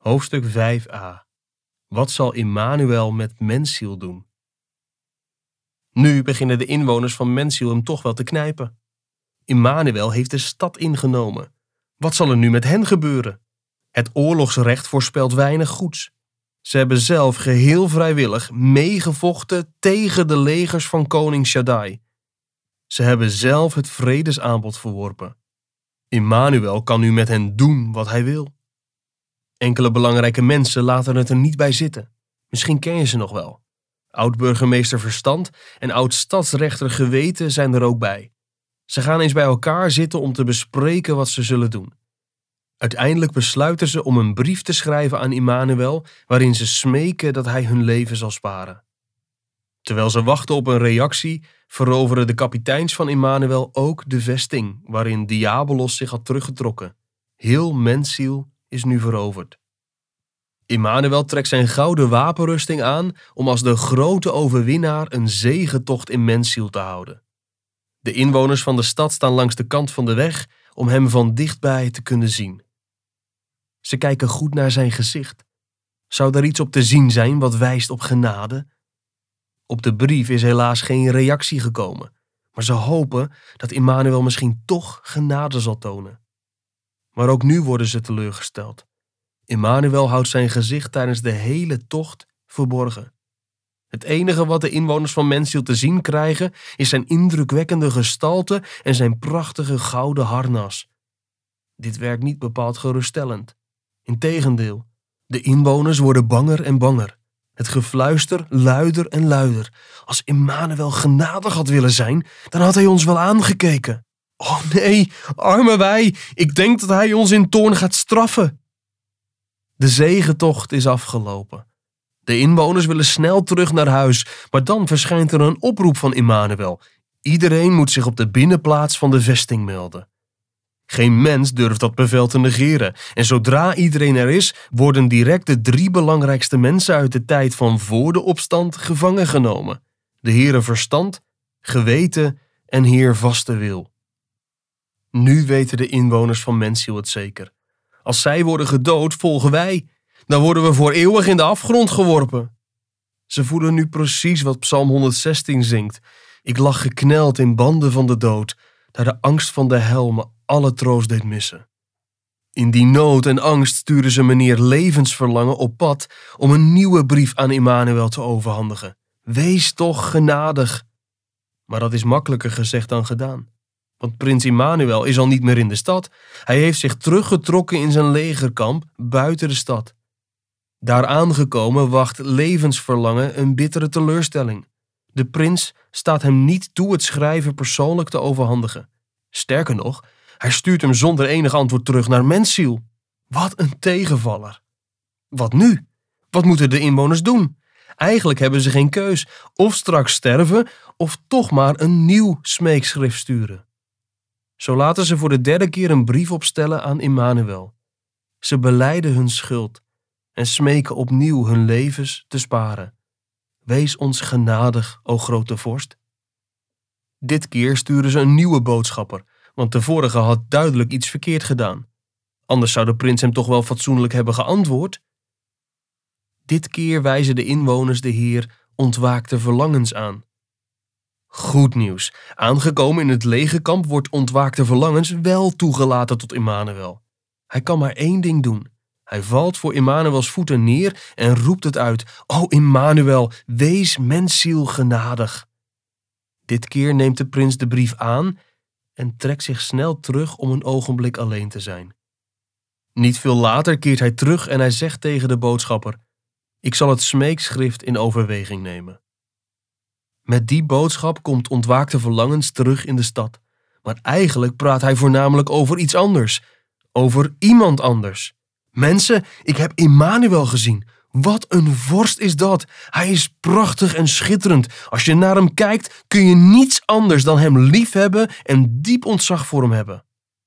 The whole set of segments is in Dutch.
Hoofdstuk 5a. Wat zal Immanuel met Mensiel doen? Nu beginnen de inwoners van Mensiel hem toch wel te knijpen. Immanuel heeft de stad ingenomen. Wat zal er nu met hen gebeuren? Het oorlogsrecht voorspelt weinig goeds. Ze hebben zelf geheel vrijwillig meegevochten tegen de legers van koning Shaddai. Ze hebben zelf het vredesaanbod verworpen. Immanuel kan nu met hen doen wat hij wil. Enkele belangrijke mensen laten het er niet bij zitten. Misschien ken je ze nog wel. Oud-burgemeester Verstand en oud-stadsrechter Geweten zijn er ook bij. Ze gaan eens bij elkaar zitten om te bespreken wat ze zullen doen. Uiteindelijk besluiten ze om een brief te schrijven aan Immanuel, waarin ze smeken dat hij hun leven zal sparen. Terwijl ze wachten op een reactie, veroveren de kapiteins van Immanuel ook de vesting, waarin Diabolos zich had teruggetrokken. Heel Mensiel is nu veroverd. Immanuel trekt zijn gouden wapenrusting aan om als de grote overwinnaar een zegentocht in Mensiel te houden. De inwoners van de stad staan langs de kant van de weg om hem van dichtbij te kunnen zien. Ze kijken goed naar zijn gezicht. Zou er iets op te zien zijn wat wijst op genade? Op de brief is helaas geen reactie gekomen, maar ze hopen dat Immanuel misschien toch genade zal tonen. Maar ook nu worden ze teleurgesteld. Immanuel houdt zijn gezicht tijdens de hele tocht verborgen. Het enige wat de inwoners van Mensiel te zien krijgen is zijn indrukwekkende gestalte en zijn prachtige gouden harnas. Dit werkt niet bepaald geruststellend. Integendeel, de inwoners worden banger en banger. Het gefluister luider en luider. Als Immanuel genadig had willen zijn, dan had hij ons wel aangekeken. Oh nee, arme wij, ik denk dat hij ons in toorn gaat straffen. De zegentocht is afgelopen. De inwoners willen snel terug naar huis, maar dan verschijnt er een oproep van Immanuel. Iedereen moet zich op de binnenplaats van de vesting melden. Geen mens durft dat bevel te negeren en zodra iedereen er is, worden direct de 3 belangrijkste mensen uit de tijd van voor de opstand gevangen genomen. De heren Verstand, Geweten en heer Vaste Wil. Nu weten de inwoners van Mensiel het zeker. Als zij worden gedood, volgen wij. Dan worden we voor eeuwig in de afgrond geworpen. Ze voelen nu precies wat Psalm 116 zingt. Ik lag gekneld in banden van de dood, daar de angst van de hel me alle troost deed missen. In die nood en angst sturen ze meneer Levensverlangen op pad om een nieuwe brief aan Immanuel te overhandigen. Wees toch genadig. Maar dat is makkelijker gezegd dan gedaan. Want prins Immanuel is al niet meer in de stad. Hij heeft zich teruggetrokken in zijn legerkamp buiten de stad. Daar aangekomen wacht Levensverlangen een bittere teleurstelling. De prins staat hem niet toe het schrijven persoonlijk te overhandigen. Sterker nog, hij stuurt hem zonder enig antwoord terug naar Mensiel. Wat een tegenvaller. Wat nu? Wat moeten de inwoners doen? Eigenlijk hebben ze geen keus. Of straks sterven, of toch maar een nieuw smeekschrift sturen. Zo laten ze voor de 3e keer een brief opstellen aan Immanuel. Ze belijden hun schuld en smeken opnieuw hun levens te sparen. Wees ons genadig, o grote vorst. Dit keer sturen ze een nieuwe boodschapper, want de vorige had duidelijk iets verkeerd gedaan. Anders zou de prins hem toch wel fatsoenlijk hebben geantwoord. Dit keer wijzen de inwoners de heer ontwaakte verlangens aan. Goed nieuws. Aangekomen in het legerkamp wordt ontwaakte verlangens wel toegelaten tot Immanuel. Hij kan maar 1 ding doen. Hij valt voor Immanuels voeten neer en roept het uit. O Immanuel, wees Mensiel genadig. Dit keer neemt de prins de brief aan en trekt zich snel terug om een ogenblik alleen te zijn. Niet veel later keert hij terug en hij zegt tegen de boodschapper: ik zal het smeekschrift in overweging nemen. Met die boodschap komt ontwaakte verlangens terug in de stad. Maar eigenlijk praat hij voornamelijk over iets anders. Over iemand anders. Mensen, ik heb Immanuel gezien. Wat een vorst is dat. Hij is prachtig en schitterend. Als je naar hem kijkt, kun je niets anders dan hem liefhebben en diep ontzag voor hem hebben.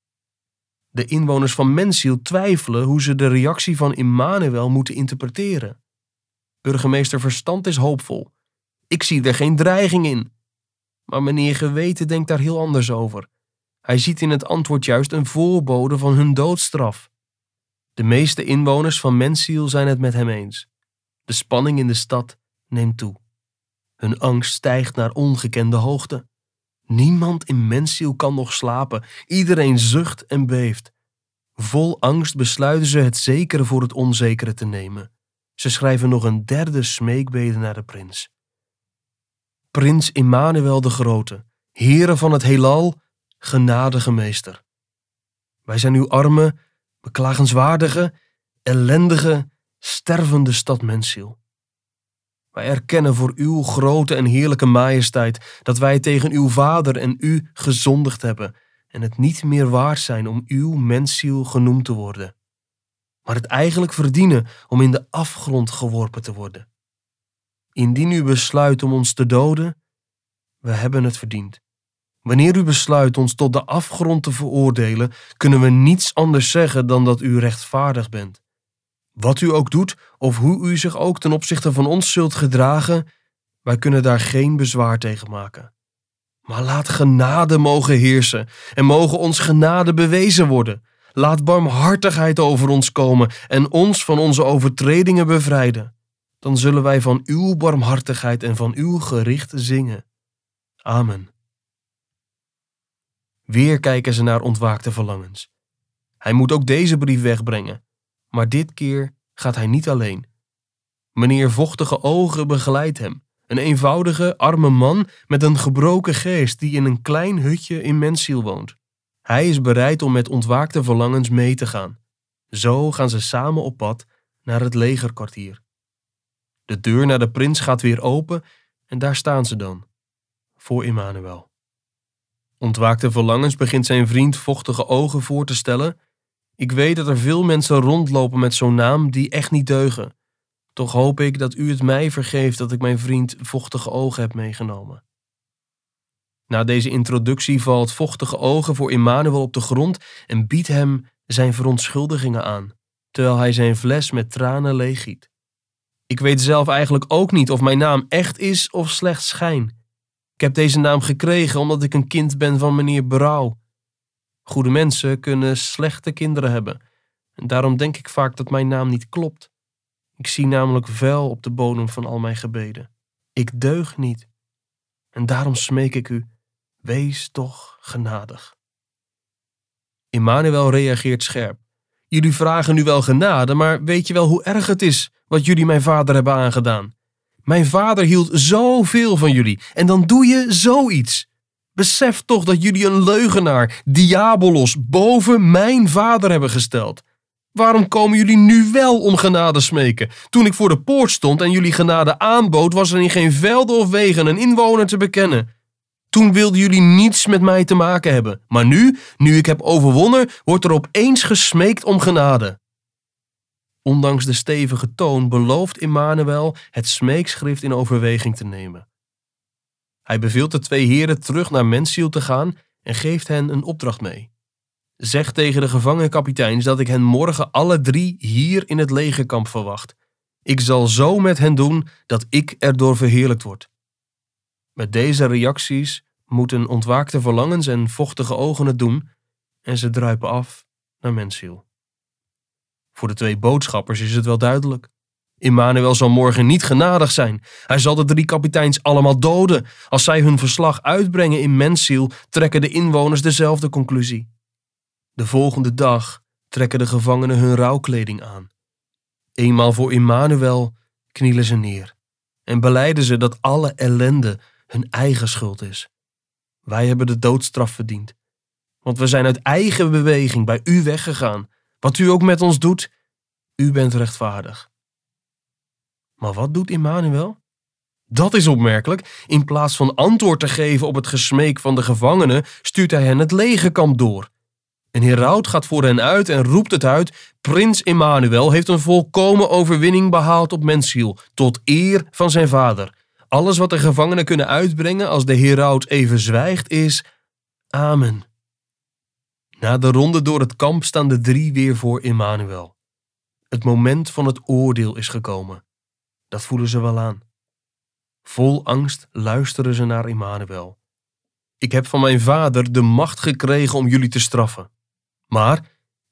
De inwoners van Mensiel twijfelen hoe ze de reactie van Immanuel moeten interpreteren. Burgemeester Verstand is hoopvol. Ik zie er geen dreiging in. Maar meneer Geweten denkt daar heel anders over. Hij ziet in het antwoord juist een voorbode van hun doodstraf. De meeste inwoners van Mensiel zijn het met hem eens. De spanning in de stad neemt toe. Hun angst stijgt naar ongekende hoogte. Niemand in Mensiel kan nog slapen. Iedereen zucht en beeft. Vol angst besluiten ze het zekere voor het onzekere te nemen. Ze schrijven nog een derde smeekbede naar de prins. Prins Immanuel de Grote, Heere van het heelal, genadige meester. Wij zijn uw arme, beklagenswaardige, ellendige, stervende stad Mensiel. Wij erkennen voor uw grote en heerlijke majesteit dat wij tegen uw vader en u gezondigd hebben en het niet meer waard zijn om uw Mensiel genoemd te worden, maar het eigenlijk verdienen om in de afgrond geworpen te worden. Indien u besluit om ons te doden, we hebben het verdiend. Wanneer u besluit ons tot de afgrond te veroordelen, kunnen we niets anders zeggen dan dat u rechtvaardig bent. Wat u ook doet, of hoe u zich ook ten opzichte van ons zult gedragen, wij kunnen daar geen bezwaar tegen maken. Maar laat genade mogen heersen en mogen ons genade bewezen worden. Laat barmhartigheid over ons komen en ons van onze overtredingen bevrijden. Dan zullen wij van uw barmhartigheid en van uw gericht zingen. Amen. Weer kijken ze naar ontwaakte verlangens. Hij moet ook deze brief wegbrengen, maar dit keer gaat hij niet alleen. Meneer Vochtige Ogen begeleidt hem, een eenvoudige, arme man met een gebroken geest die in een klein hutje in Mensiel woont. Hij is bereid om met ontwaakte verlangens mee te gaan. Zo gaan ze samen op pad naar het legerkwartier. De deur naar de prins gaat weer open en daar staan ze dan, voor Immanuel. Ontwaakte verlangens begint zijn vriend Vochtige Ogen voor te stellen. Ik weet dat er veel mensen rondlopen met zo'n naam die echt niet deugen. Toch hoop ik dat u het mij vergeeft dat ik mijn vriend Vochtige Ogen heb meegenomen. Na deze introductie valt Vochtige Ogen voor Immanuel op de grond en biedt hem zijn verontschuldigingen aan, terwijl hij zijn fles met tranen leeggiet. Ik weet zelf eigenlijk ook niet of mijn naam echt is of slechts schijn. Ik heb deze naam gekregen omdat ik een kind ben van meneer Brouw. Goede mensen kunnen slechte kinderen hebben en daarom denk ik vaak dat mijn naam niet klopt. Ik zie namelijk vuil op de bodem van al mijn gebeden. Ik deug niet. En daarom smeek ik u, wees toch genadig. Immanuel reageert scherp. Jullie vragen nu wel genade, maar weet je wel hoe erg het is wat jullie mijn vader hebben aangedaan? Mijn vader hield zoveel van jullie en dan doe je zoiets. Besef toch dat jullie een leugenaar, Diabolos, boven mijn vader hebben gesteld. Waarom komen jullie nu wel om genade smeken? Toen ik voor de poort stond en jullie genade aanbood, was er in geen velden of wegen een inwoner te bekennen. Toen wilden jullie niets met mij te maken hebben. Maar nu ik heb overwonnen, wordt er opeens gesmeekt om genade. Ondanks de stevige toon belooft Immanuel het smeekschrift in overweging te nemen. Hij beveelt de twee heren terug naar Mensiel te gaan en geeft hen een opdracht mee. Zeg tegen de gevangenkapiteins dat ik hen morgen alle 3 hier in het legerkamp verwacht. Ik zal zo met hen doen dat ik erdoor verheerlijkt word. Met deze reacties moeten ontwaakte verlangens en vochtige ogen het doen en ze druipen af naar Mensiel. Voor de 2 boodschappers is het wel duidelijk. Immanuel zal morgen niet genadig zijn. Hij zal de 3 kapiteins allemaal doden. Als zij hun verslag uitbrengen in Mensiel, trekken de inwoners dezelfde conclusie. De volgende dag trekken de gevangenen hun rouwkleding aan. Eenmaal voor Immanuel knielen ze neer en belijden ze dat alle ellende hun eigen schuld is. Wij hebben de doodstraf verdiend, want we zijn uit eigen beweging bij u weggegaan. Wat u ook met ons doet, u bent rechtvaardig. Maar wat doet Immanuel? Dat is opmerkelijk. In plaats van antwoord te geven op het gesmeek van de gevangenen, stuurt hij hen het legerkamp door. Een heraut gaat voor hen uit en roept het uit: Prins Immanuel heeft een volkomen overwinning behaald op Mensiel, tot eer van zijn vader. Alles wat de gevangenen kunnen uitbrengen als de heraut even zwijgt is: Amen. Na de ronde door het kamp staan de 3 weer voor Immanuel. Het moment van het oordeel is gekomen. Dat voelen ze wel aan. Vol angst luisteren ze naar Immanuel. Ik heb van mijn vader de macht gekregen om jullie te straffen. Maar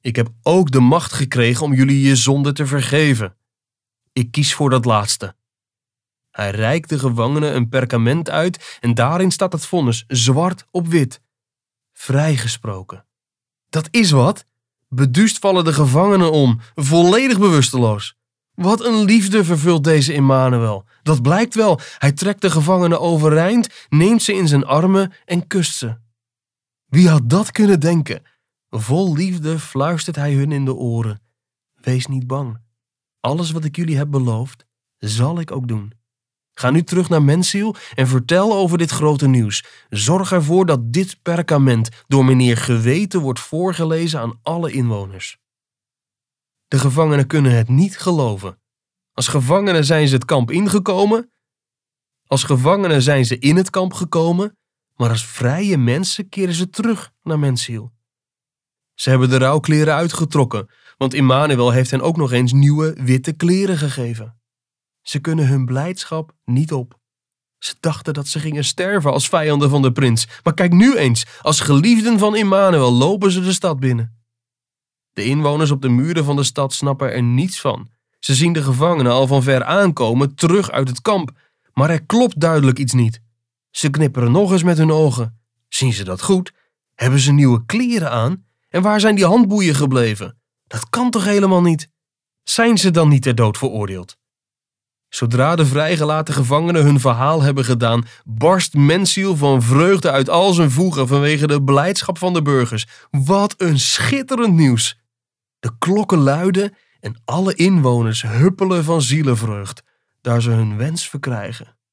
Ik heb ook de macht gekregen om jullie je zonde te vergeven. Ik kies voor dat laatste. Hij reikt de gevangenen een perkament uit en daarin staat het vonnis, zwart op wit. Vrijgesproken. Dat is wat. Beduust vallen de gevangenen om, volledig bewusteloos. Wat een liefde vervult deze Immanuel. Dat blijkt wel. Hij trekt de gevangenen overeind, neemt ze in zijn armen en kust ze. Wie had dat kunnen denken? Vol liefde fluistert hij hun in de oren. Wees niet bang. Alles wat ik jullie heb beloofd, zal ik ook doen. Ga nu terug naar Mensiel en vertel over dit grote nieuws. Zorg ervoor dat dit perkament door meneer Geweten wordt voorgelezen aan alle inwoners. De gevangenen kunnen het niet geloven. Als gevangenen zijn ze het kamp ingekomen. Als gevangenen zijn ze in het kamp gekomen. Maar als vrije mensen keren ze terug naar Mensiel. Ze hebben de rouwkleren uitgetrokken, want Immanuel heeft hen ook nog eens nieuwe witte kleren gegeven. Ze kunnen hun blijdschap niet op. Ze dachten dat ze gingen sterven als vijanden van de prins. Maar kijk nu eens, als geliefden van Immanuel lopen ze de stad binnen. De inwoners op de muren van de stad snappen er niets van. Ze zien de gevangenen al van ver aankomen, terug uit het kamp. Maar er klopt duidelijk iets niet. Ze knipperen nog eens met hun ogen. Zien ze dat goed? Hebben ze nieuwe kleren aan? En waar zijn die handboeien gebleven? Dat kan toch helemaal niet? Zijn ze dan niet ter dood veroordeeld? Zodra de vrijgelaten gevangenen hun verhaal hebben gedaan, barst Mensiel van vreugde uit al zijn voegen vanwege de blijdschap van de burgers. Wat een schitterend nieuws! De klokken luiden en alle inwoners huppelen van zielenvreugd, daar ze hun wens verkrijgen.